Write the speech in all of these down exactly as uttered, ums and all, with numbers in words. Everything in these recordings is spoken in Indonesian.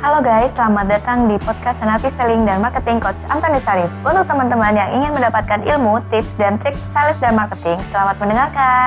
Halo guys, selamat datang di podcast Senapi Selling dan Marketing Coach Antoni Sarif. Untuk teman-teman yang ingin mendapatkan ilmu, tips, dan trik sales dan marketing, selamat mendengarkan.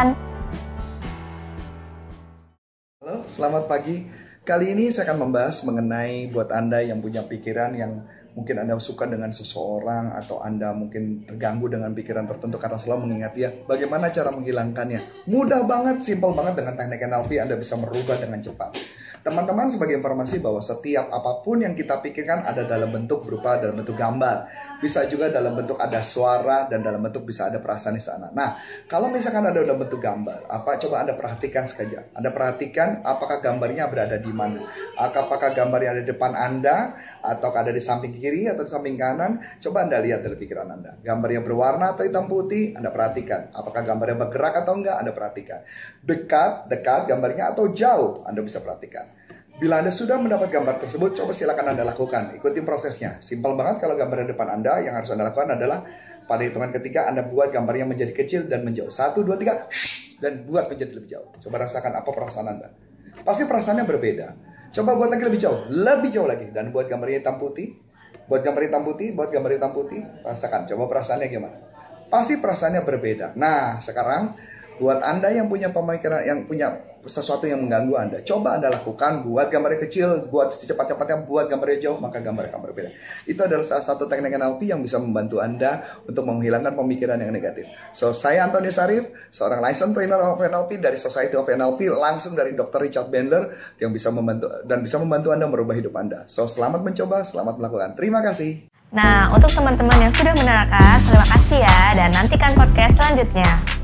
Halo, selamat pagi. Kali ini saya akan membahas mengenai buat Anda yang punya pikiran yang mungkin Anda suka dengan seseorang atau Anda mungkin terganggu dengan pikiran tertentu karena selalu mengingat dia. Bagaimana cara menghilangkannya? Mudah banget, simple banget dengan teknik N L P Anda bisa merubah dengan cepat. Teman-teman, sebagai informasi bahwa setiap apapun yang kita pikirkan ada dalam bentuk berupa dalam bentuk gambar. Bisa juga dalam bentuk ada suara dan dalam bentuk bisa ada perasaan di sana. Nah, kalau misalkan ada dalam bentuk gambar, apa coba Anda perhatikan saja. Anda perhatikan apakah gambarnya berada di mana. Apakah gambarnya ada di depan Anda atau ada di samping kiri atau di samping kanan? Coba Anda lihat dari pikiran Anda. Gambarnya berwarna atau hitam putih, Anda perhatikan. Apakah gambarnya bergerak atau enggak, Anda perhatikan. Dekat, dekat gambarnya atau jauh, Anda bisa perhatikan. Bila Anda sudah mendapat gambar tersebut, coba silakan Anda lakukan. Ikuti prosesnya. Simpel banget kalau gambar di depan Anda, yang harus Anda lakukan adalah pada hitungan ketiga Anda buat gambarnya menjadi kecil dan menjauh. Satu, dua, tiga, dan buat menjadi lebih jauh. Coba rasakan apa perasaan Anda. Pasti perasaannya berbeda. Coba buat lagi lebih jauh, lebih jauh lagi. Dan buat gambarnya hitam putih. Buat gambar hitam putih, buat gambar hitam putih. Rasakan, coba perasaannya gimana. Pasti perasaannya berbeda. Nah, sekarang buat Anda yang punya pemikiran, yang punya sesuatu yang mengganggu Anda, coba Anda lakukan, buat gambarnya kecil, buat secepat-cepatnya, buat gambarnya jauh, maka gambar akan berbeda. Itu adalah salah satu teknik N L P yang bisa membantu Anda untuk menghilangkan pemikiran yang negatif. So, saya Antoni Sarif, seorang licensed trainer of N L P dari Society of N L P, langsung dari dokter Richard Bandler, yang bisa membantu dan bisa membantu Anda merubah hidup Anda. So, selamat mencoba, selamat melakukan. Terima kasih. Nah, untuk teman-teman yang sudah menerangkan, terima kasih ya, dan nantikan podcast selanjutnya.